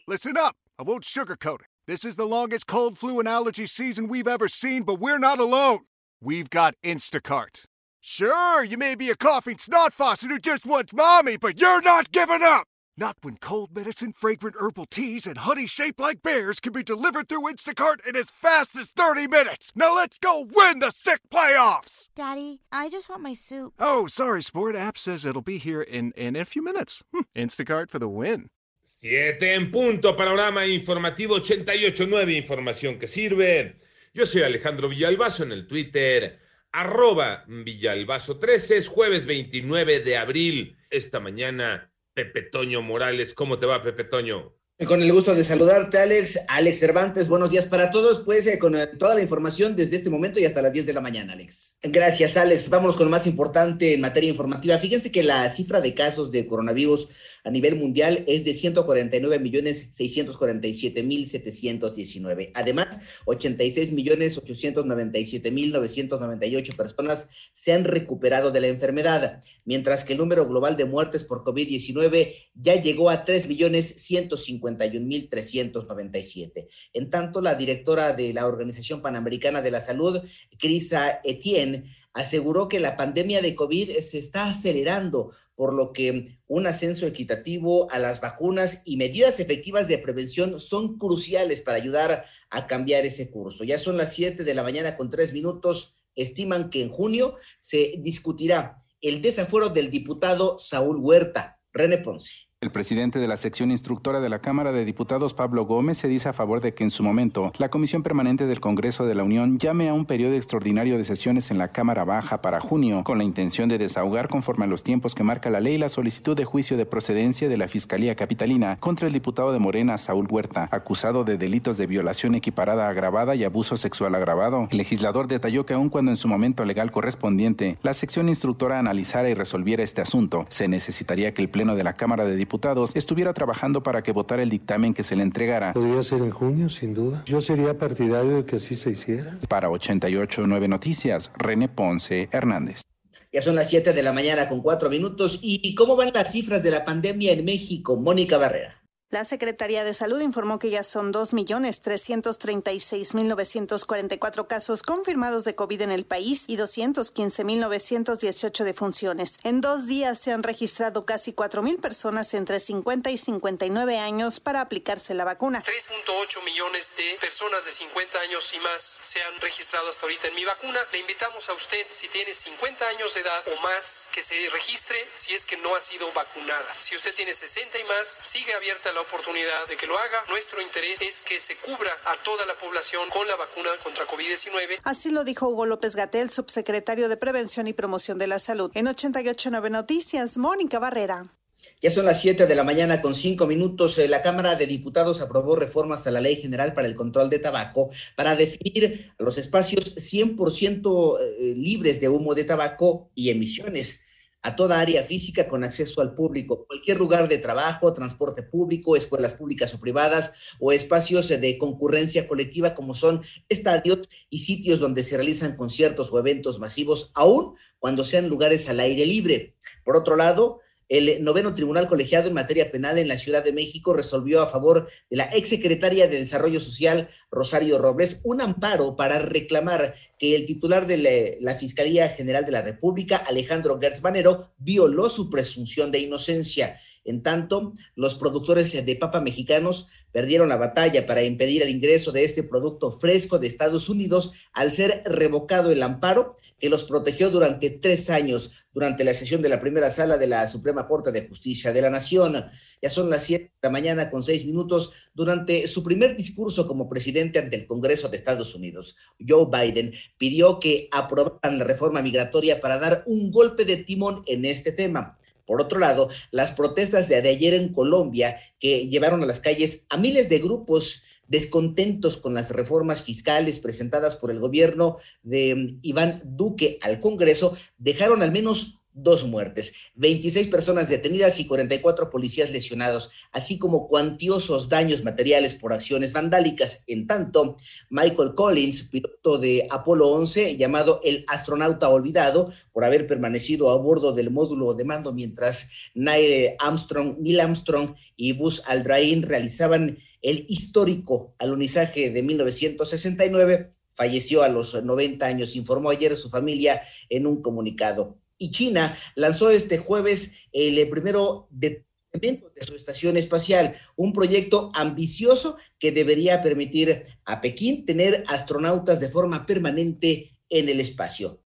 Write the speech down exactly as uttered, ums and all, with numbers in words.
Listen up. I won't sugarcoat it. This is the longest cold, flu, and allergy season we've ever seen, but we're not alone. We've got Instacart. Sure, you may be a coughing snot faucet who just wants mommy, but you're not giving up! Not when cold medicine, fragrant herbal teas, and honey shaped like bears can be delivered through Instacart in as fast as thirty minutes! Now let's go win the sick playoffs! Daddy, I just want my soup. Oh, sorry, Sport. App says it'll be here in, in a few minutes. Hm, Instacart for the win. Siete en punto, panorama informativo ochenta y ocho punto nueve, información que sirve. Yo soy Alejandro Villalbazo en el Twitter, arroba Villalbazo trece, es jueves veintinueve de abril. Esta mañana, Pepe Toño Morales. ¿Cómo te va, Pepe Toño? Con el gusto de saludarte, Alex. Alex Cervantes, buenos días para todos. Pues eh, con toda la información desde este momento y hasta las diez de la mañana, Alex. Gracias, Alex. Vámonos con lo más importante en materia informativa. Fíjense que la cifra de casos de coronavirus a nivel mundial es de ciento cuarenta y nueve millones seiscientos cuarenta y siete mil setecientos diecinueve. Además, ochenta y seis millones ochocientos noventa y siete mil novecientos noventa y ocho personas se han recuperado de la enfermedad, mientras que el número global de muertes por COVID diecinueve ya llegó a tres millones ciento cincuenta y un mil trescientos noventa y siete. En tanto, la directora de la Organización Panamericana de la Salud, Krisa Etienne, aseguró que la pandemia de COVID se está acelerando, por lo que un ascenso equitativo a las vacunas y medidas efectivas de prevención son cruciales para ayudar a cambiar ese curso. Ya son las siete de la mañana con tres minutos. Estiman que en junio se discutirá el desafuero del diputado Saúl Huerta. René Ponce. El presidente de la sección instructora de la Cámara de Diputados, Pablo Gómez, se dice a favor de que en su momento la Comisión Permanente del Congreso de la Unión llame a un periodo extraordinario de sesiones en la Cámara Baja para junio, con la intención de desahogar conforme a los tiempos que marca la ley la solicitud de juicio de procedencia de la Fiscalía Capitalina contra el diputado de Morena, Saúl Huerta, acusado de delitos de violación equiparada agravada y abuso sexual agravado. El legislador detalló que aun cuando en su momento legal correspondiente la sección instructora analizara y resolviera este asunto, se necesitaría que el Pleno de la Cámara de Diputados diputados estuviera trabajando para que votara el dictamen que se le entregara. Podría ser en junio, sin duda. Yo sería partidario de que así se hiciera. Para ochenta y ocho punto nueve Noticias, René Ponce Hernández. Ya son las siete de la mañana con cuatro minutos. ¿Y cómo van las cifras de la pandemia en México? Mónica Barrera. La Secretaría de Salud informó que ya son dos millones trescientos treinta y seis mil novecientos cuarenta y cuatro casos confirmados de COVID en el país y doscientos quince mil novecientos dieciocho defunciones. En dos días se han registrado casi cuatro mil personas entre cincuenta y cincuenta y nueve años para aplicarse la vacuna. tres punto ocho millones de personas de cincuenta años y más se han registrado hasta ahorita en Mi Vacuna. Le invitamos a usted, si tiene cincuenta años de edad o más, que se registre si es que no ha sido vacunada. Si usted tiene sesenta y más, sigue abierta la oportunidad de que lo haga. Nuestro interés es que se cubra a toda la población con la vacuna contra COVID diecinueve. Así lo dijo Hugo López-Gatell, subsecretario de Prevención y Promoción de la Salud. En ochenta y ocho punto nueve Noticias, Mónica Barrera. Ya son las siete de la mañana con cinco minutos. La Cámara de Diputados aprobó reformas a la Ley General para el Control de Tabaco para definir los espacios cien por ciento libres de humo de tabaco y emisiones a toda área física con acceso al público, cualquier lugar de trabajo, transporte público, escuelas públicas o privadas o espacios de concurrencia colectiva como son estadios y sitios donde se realizan conciertos o eventos masivos, aun cuando sean lugares al aire libre. Por otro lado, el noveno Tribunal Colegiado en materia penal en la Ciudad de México resolvió a favor de la exsecretaria de Desarrollo Social, Rosario Robles, un amparo para reclamar que el titular de la, la Fiscalía General de la República, Alejandro Gertz Manero, violó su presunción de inocencia. En tanto, los productores de papa mexicanos perdieron la batalla para impedir el ingreso de este producto fresco de Estados Unidos al ser revocado el amparo que los protegió durante tres años durante la sesión de la primera sala de la Suprema Corte de Justicia de la Nación. Ya son las siete de la mañana con seis minutos. Durante su primer discurso como presidente ante el Congreso de Estados Unidos, Joe Biden pidió que aprobaran la reforma migratoria para dar un golpe de timón en este tema. Por otro lado, las protestas de ayer en Colombia, que llevaron a las calles a miles de grupos descontentos con las reformas fiscales presentadas por el gobierno de Iván Duque al Congreso, dejaron al menos dos muertes, veintiséis personas detenidas y cuarenta y cuatro policías lesionados, así como cuantiosos daños materiales por acciones vandálicas. En tanto, Michael Collins, piloto de Apolo once, llamado el astronauta olvidado por haber permanecido a bordo del módulo de mando mientras Neil Armstrong, Neil Armstrong y Buzz Aldrin realizaban el histórico alunizaje de mil novecientos sesenta y nueve, falleció a los noventa años, informó ayer su familia en un comunicado. Y China lanzó este jueves el primero de de su estación espacial, un proyecto ambicioso que debería permitir a Pekín tener astronautas de forma permanente en el espacio.